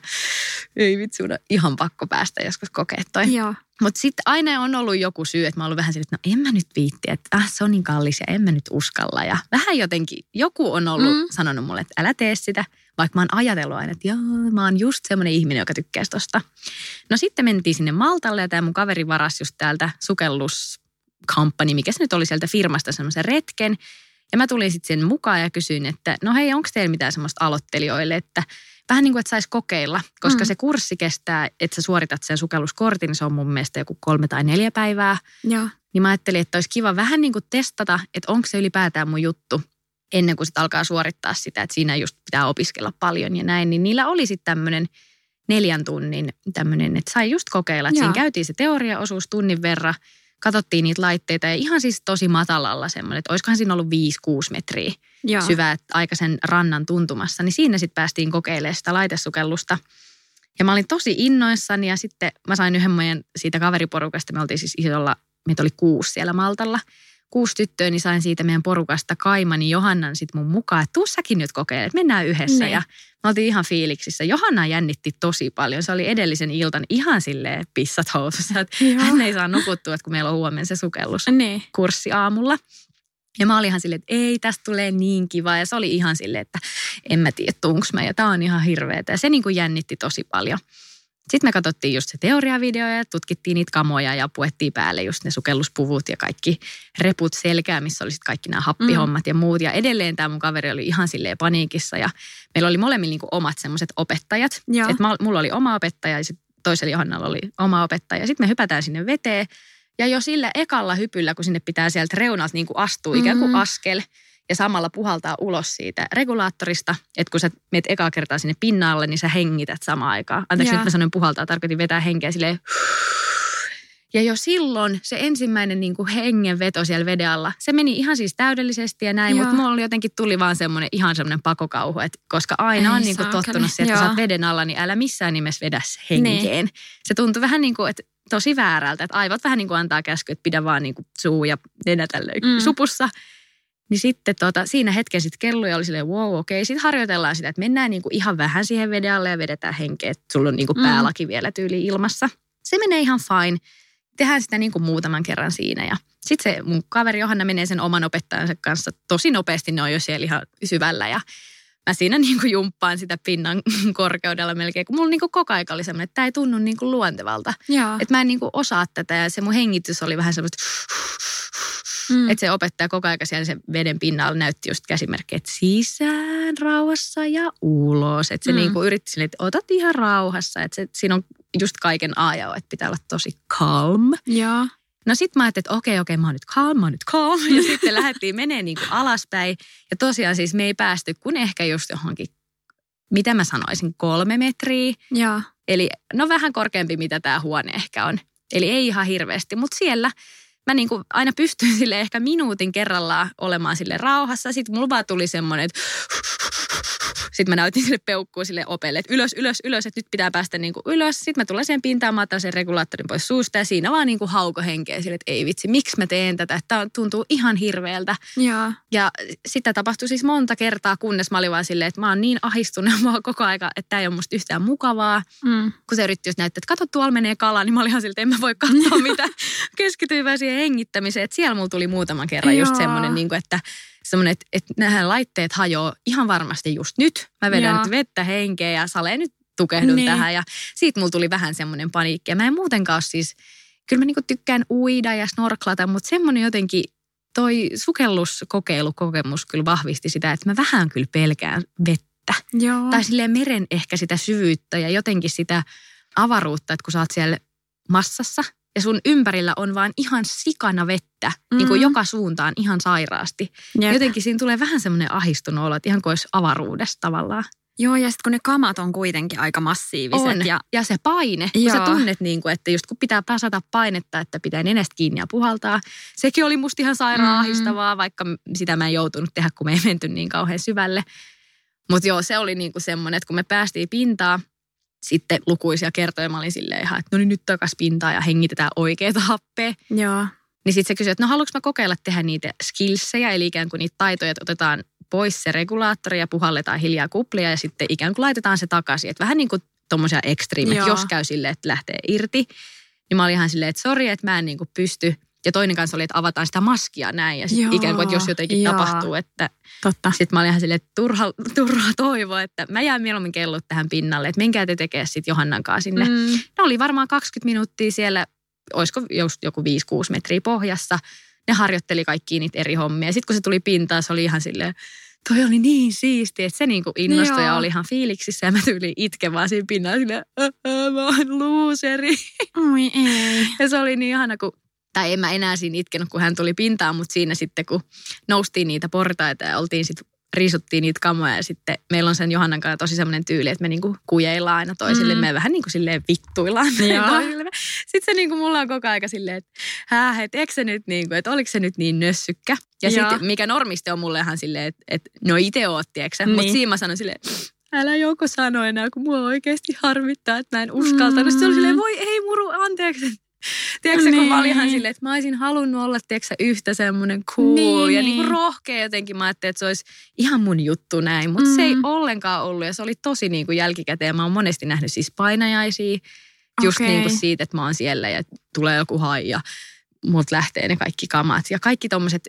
ei vitsi, ihan pakko päästä joskus kokea toi. Mutta sitten aina on ollut joku syy, että mä oon ollut vähän silleen, että no en mä nyt viitti, että se on niin kallis ja en mä nyt uskalla. Ja vähän jotenkin joku on ollut sanonut mulle, että älä tee sitä. Vaikka mä oon ajatellut aina, että joo, mä oon just semmoinen ihminen, joka tykkäisi tosta. No sitten mentiin sinne Maltalle ja tämä mun kaveri varasi just täältä sukelluskamppani, mikä se nyt oli sieltä firmasta semmoisen retken. Ja mä tulin sitten sen mukaan ja kysyin, että no hei, onko teillä mitään semmoista aloittelijoille, että vähän niin kuin, että saisi kokeilla, koska se kurssi kestää, että sä suoritat sen sukelluskortin, niin se on mun mielestä joku 3 tai 4 päivää. Joo. Niin mä ajattelin, että olisi kiva vähän niin kuin testata, että onko se ylipäätään mun juttu. Ennen kuin sit alkaa suorittaa sitä, että siinä just pitää opiskella paljon ja näin, niin niillä oli sitten tämmöinen 4 tunnin tämmöinen, että sai just kokeilla. Että siinä käytiin se teoriaosuus tunnin verran, katsottiin niitä laitteita ja ihan siis tosi matalalla semmoinen, että olisikohan siinä ollut 5-6 metriä syvää aikaisen rannan tuntumassa. Niin siinä sitten päästiin kokeilemaan sitä laitesukellusta. Ja mä olin tosi innoissani ja sitten mä sain yhden meidän siitä kaveriporukasta, me oltiin siis isolla, meitä oli 6 siellä Maltalla. 6 tyttöä, niin sain siitä meidän porukasta Kaimani Johannan sit mun mukaan, että tuu säkin nyt kokeilemaan, että mennään yhdessä. Ja me oltiin ihan fiiliksissä. Johanna jännitti tosi paljon. Se oli edellisen iltan ihan silleen pissat housussa, että hän ei saa nukuttua, että kun meillä on huomenna se sukelluskurssi aamulla. Ja mä olin ihan silleen, että ei, tästä tulee niin kiva. Ja se oli ihan silleen, että en mä tiedä, tuunko mä. Ja tää on ihan hirveetä. Ja se niin kuin jännitti tosi paljon. Sitten me katsottiin just se teoriavideo ja tutkittiin niitä kamoja ja puettiin päälle just ne sukelluspuvut ja kaikki reput selkää, missä oli sitten kaikki nämä happihommat ja muut. Ja edelleen tämä mun kaveri oli ihan silleen paniikissa ja meillä oli molemmilla niinku omat semmoiset opettajat. Että mulla oli oma opettaja ja sitten toisella Johannalla oli oma opettaja. Sitten me hypätään sinne veteen ja jo sillä ekalla hypyllä, kun sinne pitää sieltä reunalta niinku astua ikään kuin askel ja samalla puhaltaa ulos siitä regulaattorista, että kun sä menet ekaa kertaa sinne pinnalle, niin sä hengität samaan aikaan. Anteeksi, nyt mä sanoin puhaltaa, tarkoitin vetää henkeä silleen. Ja jo silloin se ensimmäinen niin kuin hengenveto siellä veden alla, se meni ihan siis täydellisesti ja näin, mutta mulla jotenkin tuli vaan ihan semmoinen pakokauhu, että koska aina on niin kuin tottunut siihen, että sä oot veden alla, niin älä missään nimessä vedä henkeen. Se tuntui vähän niin kuin, että tosi väärältä, että aivot vähän niin kuin antaa käsky, että pidä vaan niin kuin suu ja nenä tälleen supussa. Niin sitten siinä hetken sitten kelloja oli silleen, wow, okei. Sitten harjoitellaan sitä, että mennään niinku ihan vähän siihen veden alle ja vedetään henkeä, että sulla on niinku päälaki vielä tyyli ilmassa. Se menee ihan fine. tehdään sitä niin kuin muutaman kerran siinä. Ja sitten se mun kaveri Johanna menee sen oman opettajansa kanssa tosi nopeasti, ne on jo siellä ihan syvällä ja mä siinä niin kuin jumppaan sitä pinnan korkeudella melkein, kun mulla niin kuin koko aika oli semmoinen, että tämä ei tunnu niin kuin luontevalta. Että mä en niin kuin osaa tätä ja se mun hengitys oli vähän semmoista, että se opettaja koko aika siellä sen veden pinnalla näytti just käsimerkkejä, että sisään rauhassa ja ulos. Että se niin kuin yritti silleen, että otat ihan rauhassa, että siinä on just kaiken A ja O, että pitää olla tosi calm. Joo. No sit mä ajattelin, että okei, mä oon nyt calm. Ja sitten lähdettiin menee niin kuin alaspäin. Ja tosiaan siis me ei päästy kun ehkä just johonkin, mitä mä sanoisin, 3 metriä. Joo. Eli no vähän korkeampi, mitä tää huone ehkä on. Eli ei ihan hirveästi, mutta siellä mä niin kuin aina pystyin sille ehkä minuutin kerrallaan olemaan sille rauhassa. Sitten mulla vaan tuli semmoinen, että sitten mä näytin sille peukkuun sille opelle, että ylös, että nyt pitää päästä niin kuin ylös. Sitten mä tulen siihen pintaan, mä otan sen regulaattorin pois suusta ja siinä vaan niin kuin haukohenkeä sille, että ei vitsi, miksi mä teen tätä, että tämä tuntuu ihan hirveältä. Joo. Ja sitä tapahtui siis monta kertaa, kunnes mä olin vaan silleen, että mä oon niin ahistunut koko aika, että tämä ei ole musta yhtään mukavaa. Kun se yritti just näyttää, että kato tuolla menee kala, niin mä olin ihan siltä, että en mä voi katsoa mitä. Keskityin vaan siihen hengittämiseen, että siellä mulla tuli muutaman kerran just semmoinen, niin kuin, että semmoinen, että nämä laitteet hajoaa ihan varmasti just nyt. Mä vedän nyt vettä henkeä ja Sale nyt tukehdun tähän. Ja siitä mulla tuli vähän semmoinen paniikki. Ja mä en muutenkaan siis, kyllä mä niinku tykkään uida ja snorklata, mutta semmoinen jotenkin toi sukelluskokeilukokemus kyllä vahvisti sitä, että mä vähän kyllä pelkään vettä. Joo. Tai silleen meren ehkä sitä syvyyttä ja jotenkin sitä avaruutta, että kun sä oot siellä massassa ja sun ympärillä on vaan ihan sikana vettä, niin kuin joka suuntaan ihan sairaasti. Jep. Jotenkin siinä tulee vähän semmoinen ahistunut olo, että ihan kuin olisi avaruudessa tavallaan. Joo, ja sitten kun ne kamat on kuitenkin aika massiiviset. On, ja se paine, kun sä tunnet niin kuin, että just kun pitää pääsata painetta, että pitää nenästä kiinni ja puhaltaa. Sekin oli musta ihan sairaan ahistavaa, vaikka sitä mä en joutunut tehdä, kun me ei menty niin kauhean syvälle. Mutta joo, se oli niin kuin semmoinen, että kun me päästiin pintaan, sitten lukuisia kertoja mä olin silleen ihan, että no niin nyt takas pintaan ja hengitetään oikeita happea. Joo. Niin sitten se kysyi, että no haluanko mä kokeilla tehdä niitä skillsejä, eli ikään kuin niitä taitoja, että otetaan pois se regulaattori ja puhalletaan hiljaa kuplia ja sitten ikään kuin laitetaan se takaisin. Että vähän niin kuin tommosia ekstriimejä, että jos käy silleen, että lähtee irti. Niin mä olin ihan silleen, että sori, että mä en niin kuin pysty. Ja toinen kanssa oli, että avataan sitä maskia näin ja sitten ikään kuin, että jos jotenkin tapahtuu, että sitten mä olin ihan silleen, että turhaa toivoa, että mä jään mieluummin kellut tähän pinnalle, että menkää te tekee sitten Johannan kanssa sinne. Ne oli varmaan 20 minuuttia siellä, olisiko just joku 5-6 metriä pohjassa. Ne harjoitteli kaikkia niitä eri hommia. Sitten kun se tuli pintaan, se oli ihan silleen, toi oli niin siisti, että se niinku innostui ja oli ihan fiiliksissä. Ja mä tyyliin itken vaan siinä pinnalla silleen, mä oon luuseri. Oi ei. Ja se oli niin ihana, tai en mä enää siinä itkenut, kun hän tuli pintaan, mutta siinä sitten, kun noustiin niitä portaita ja oltiin sitten, riisuttiin niitä kamoja ja sitten meillä on sen Johannan kanssa tosi semmoinen tyyli, että me niinku kujeillaan aina toisille, me vähän niinku silleen vittuillaan toisille. Sitten se niinku mulla on koko aika silleen, että eikö se nyt niinku, että oliko se nyt niin nössykkä. Ja sitten mikä normisti on mulle ihan silleen, että no itse oot, tiiäksä. Mutta siinä mä sanoin silleen, älä Jouko sano enää, kun mua oikeasti harmittaa, että mä en uskaltanut. Sitten se oli silleen, voi ei muru, anteeksi. Tiedätkö kun mä olin ihan silleen, että mä olisin halunnut olla, tiedätkö yhtä semmoinen cool ja niin kuin rohkea jotenkin. Mä ajattelin, että se olisi ihan mun juttu näin, mutta se ei ollenkaan ollut ja se oli tosi niin kuin jälkikäteen. Mä oon monesti nähnyt siis painajaisia just niin kuin siitä, että mä oon siellä ja tulee joku hai ja multa lähtee ne kaikki kamat. Ja kaikki tommoset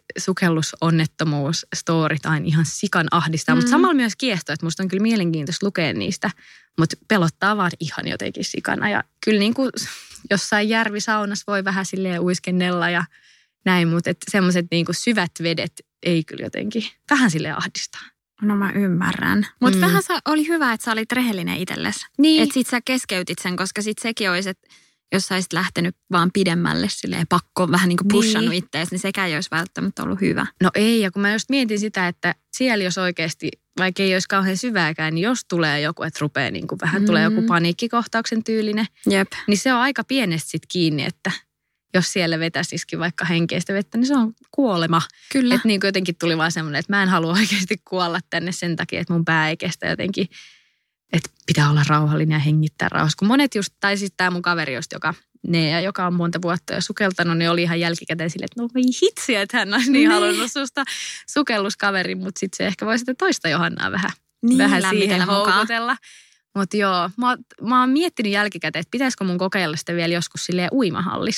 sukellusonnettomuusstorit aina ihan sikan ahdistaa, mutta samalla myös kiehtoo, että musta on kyllä mielenkiintoista lukea niistä, mutta pelottaa vaan ihan jotenkin sikana ja kyllä niin kuin jossain järvisaunassa voi vähän silleen uiskennella ja näin, mutta semmoiset niinku syvät vedet ei kyllä jotenkin vähän silleen ahdistaa. No mä ymmärrän. Mutta vähän oli hyvä, että sä olit rehellinen itsellesi. Niin. Että sit sä keskeytit sen, koska sit sekin olisi, että jos sä olisit lähtenyt vaan pidemmälle silleen pakko vähän niin kuin pushannut ittees, niin sekään ei olisi välttämättä ollut hyvä. No ei, ja kun mä just mietin sitä, että siellä jos oikeasti, vaikka ei olisi kauhean syvääkään, niin jos tulee joku, että rupeaa niin kuin vähän, tulee joku paniikkikohtauksen tyylinen, niin se on aika pienestä sit kiinni, että jos siellä vetäisikin vaikka henkeistä vettä, niin se on kuolema. Kyllä. Että niin kuin jotenkin tuli vaan semmoinen, että mä en halua oikeasti kuolla tänne sen takia, että mun pää ei kestä jotenkin, että pitää olla rauhallinen ja hengittää rauhassa. Kun monet just, tai siis tämä mun kaveri just, joka on monta vuotta jo sukeltanut, niin oli ihan jälkikäteen silleen, että no voi hitsi, että hän olisi niin halunnut susta sukelluskaverin, mutta sitten se ehkä voi sitä toista Johannaa vähän siihen houkutella. Mutta joo, mä oon miettinyt jälkikäteen, että pitäisikö mun kokeilla sitä vielä joskus silleen uimahallissa.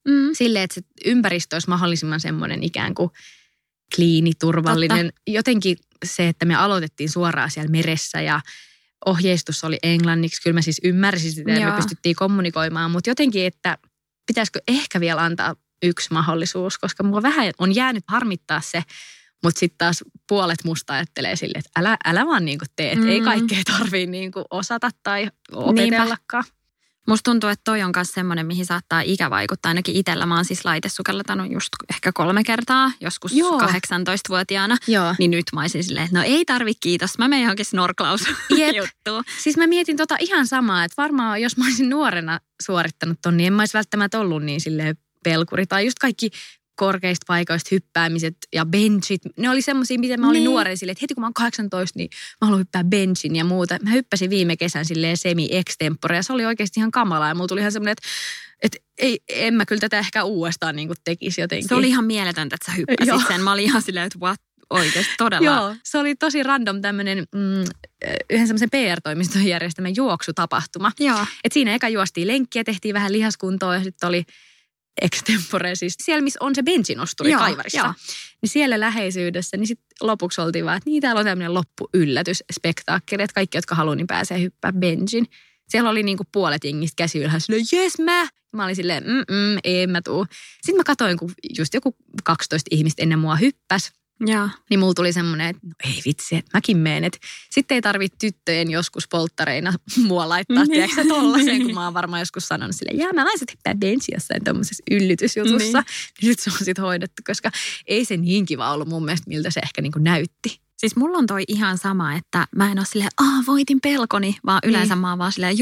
Silleen, että se ympäristö olisi mahdollisimman semmoinen ikään kuin kliini, turvallinen. Totta. Jotenkin se, että me aloitettiin suoraan siellä meressä ja ohjeistus oli englanniksi. Kyllä mä siis ymmärsin sitä ja me pystyttiin kommunikoimaan, mutta jotenkin, että pitäisikö ehkä vielä antaa yksi mahdollisuus, koska mua vähän on jäänyt harmittaa se, mutta sitten taas puolet musta ajattelee silleen, että älä vaan niinku tee, että ei kaikkea tarvitse niinku osata tai opetellakaan. Musta tuntuu, että toi on myös semmoinen, mihin saattaa ikä vaikuttaa. Ainakin itsellä mä oon siis laitesukeltanut just ehkä 3 kertaa, joskus 18-vuotiaana. Joo. Niin nyt mä olisin silleen, että no ei tarvi kiitos, mä menen johonkin snorklausjuttuun. Siis mä mietin ihan samaa, että varmaan jos mä olisin nuorena suorittanut ton, niin en mä olisi välttämättä ollut niin silleen pelkuri. Tai just kaikki korkeista paikoista hyppäämiset ja benchit. Ne oli semmoisia, miten mä olin nuoren silleen, että heti kun mä oon 18, niin mä haluan hyppää benchin ja muuta. Mä hyppäsin viime kesän silleen semi-extempore ja se oli oikeasti ihan kamalaa. Ja mulla tuli ihan semmoinen, että en mä kyllä tätä ehkä uudestaan niin kuin tekisi jotenkin. Se oli ihan mieletöntä, että sä hyppäsit sen. Mä olin ihan silleen, että what? Oikeasti todella. Joo, se oli tosi random tämmöinen yhden semmoisen PR-toimiston järjestämä juoksutapahtuma. Joo. Et siinä eka juostiin lenkkiä, tehtiin vähän lihaskuntoa ja sitten oli extempore, siis siellä, missä on se bensinosturi Kaivarissa. Niin siellä läheisyydessä, niin sitten lopuksi oltiin vaan, että niin täällä on tämmöinen loppuyllätys, spektaakkeli, että kaikki, jotka haluaa, niin pääsee hyppää bensin. Siellä oli niinku puolet jengistä käsi ylhäällä silleen, jes mä! Mä olin silleen, en mä tuu. Sitten mä katsoin, kun just joku 12 ihmistä ennen mua hyppäsi. Ja. Niin mulla tuli semmoinen, että no ei vitsi, että mäkin menen. Sitten ei tarvitse tyttöjen joskus polttareina mua laittaa, tiedätkö sä tollasen, kun mä oon varmaan joskus sanonut silleen, mä laisin hyppää bensi jossain tommosessa yllytysjutussa. Niin nyt se on sit hoidettu, koska ei se niin kiva ollut mun mielestä, miltä se ehkä niinku näytti. Siis mulla on toi ihan sama, että mä en ole silleen, voitin pelkoni, vaan yleensä mä oon vaan silleen,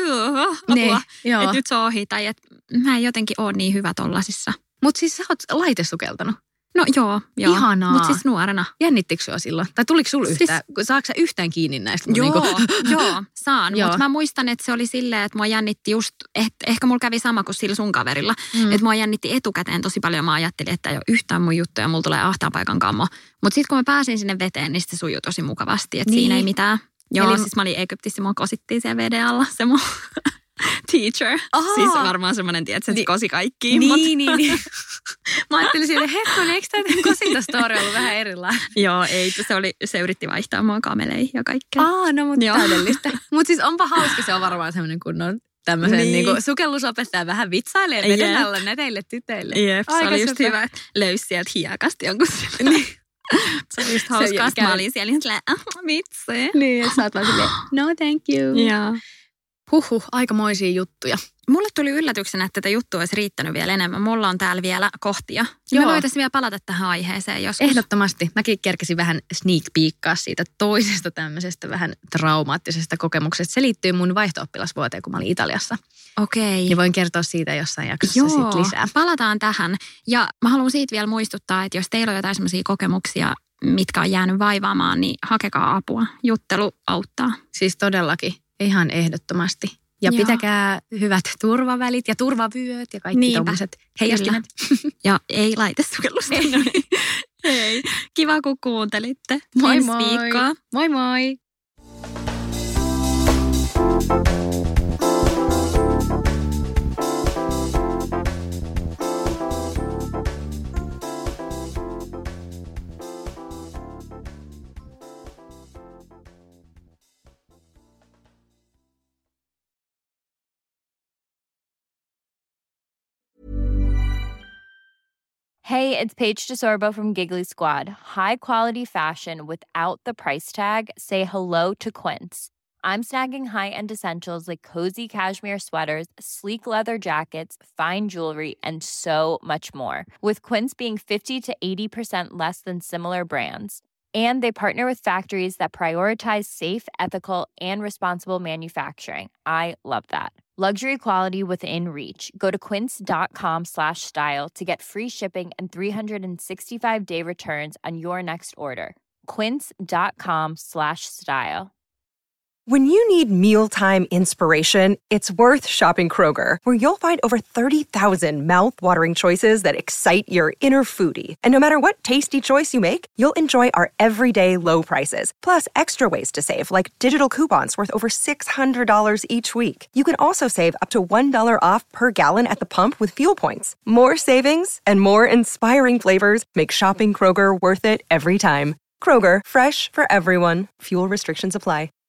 apua, että nyt se on ohi. Tai että mä en jotenkin ole niin hyvä tollasissa. Mutta siis sä oot laitesukeltanut. No joo. Ihanaa. Mutta siis nuorena. Jännittikö sua silloin? Tai tuliko sulla yhtään? Saatko sä yhtään kiinni näistä? Joo, saan. Mutta mä muistan, että se oli silleen, että mua jännitti just, että ehkä mulla kävi sama kuin sillä sun kaverilla. Että mua jännitti etukäteen tosi paljon. Mä ajattelin, että ei ole yhtään mun juttuja, mulla tulee ahtaan paikan kammo. Mutta sitten kun mä pääsin sinne veteen, niin se sujui tosi mukavasti. Että siinä ei mitään. Joo, siis mä olin Egyptissä, mua kosittiin siellä veden alla se mun teacher. Aha. Siis varmaan semmoinen, että se kosi kaikkiin. Niin. Mä ajattelin silleen, hetkonen, eikö tämä kosintastory ollut vähän erilainen? Joo, ei. Se yritti vaihtaa mua kameleihin ja kaikkea. No mutta täydellistä. Mutta siis onpa hauska, se on varmaan semmoinen kunnon tämmöisen niin sukellusopettaja vähän vitsailee veden alla näteille tytöille. Jep, se oli just hyvä, että löysi sieltä hiekasta jonkun silleen. Se oli just hauskaa, että mä olin siellä silleen, vitsi. Niin, että sä oot vaan silleen, no thank you. Joo. Aikamoisia juttuja. Mulle tuli yllätyksenä, että tätä juttua olisi riittänyt vielä enemmän. Mulla on täällä vielä kohtia. Me voitaisiin vielä palata tähän aiheeseen joskus. Ehdottomasti. Mäkin kerkesin vähän sneak peekkaa siitä toisesta tämmöisestä vähän traumaattisesta kokemuksesta. Se liittyy mun vaihto-oppilasvuoteen, kun mä olin Italiassa. Okei. Ja voin kertoa siitä jossain jaksossa sitten lisää. Palataan tähän. Ja mä haluan siitä vielä muistuttaa, että jos teillä on jotain semmoisia kokemuksia, mitkä on jäänyt vaivaamaan, niin hakekaa apua. Juttelu auttaa. Siis todellakin. Ihan ehdottomasti. Ja pitäkää hyvät turvavälit ja turvavyöt ja kaikki tommoset heijastimet. Ja ei laitesukellusta. Hei. Kiva, kun kuuntelitte. Moi Ensi moi. viikkoa. Moi moi. Hey, it's Paige DeSorbo from Giggly Squad. High quality fashion without the price tag. Say hello to Quince. I'm snagging high-end essentials like cozy cashmere sweaters, sleek leather jackets, fine jewelry, and so much more. With Quince being 50 to 80% less than similar brands. And they partner with factories that prioritize safe, ethical, and responsible manufacturing. I love that. Luxury quality within reach. Go to quince.com/style to get free shipping and 365-day returns on your next order. Quince.com/style. When you need mealtime inspiration, it's worth shopping Kroger, where you'll find over 30,000 mouth-watering choices that excite your inner foodie. And no matter what tasty choice you make, you'll enjoy our everyday low prices, plus extra ways to save, like digital coupons worth over $600 each week. You can also save up to $1 off per gallon at the pump with fuel points. More savings and more inspiring flavors make shopping Kroger worth it every time. Kroger, fresh for everyone. Fuel restrictions apply.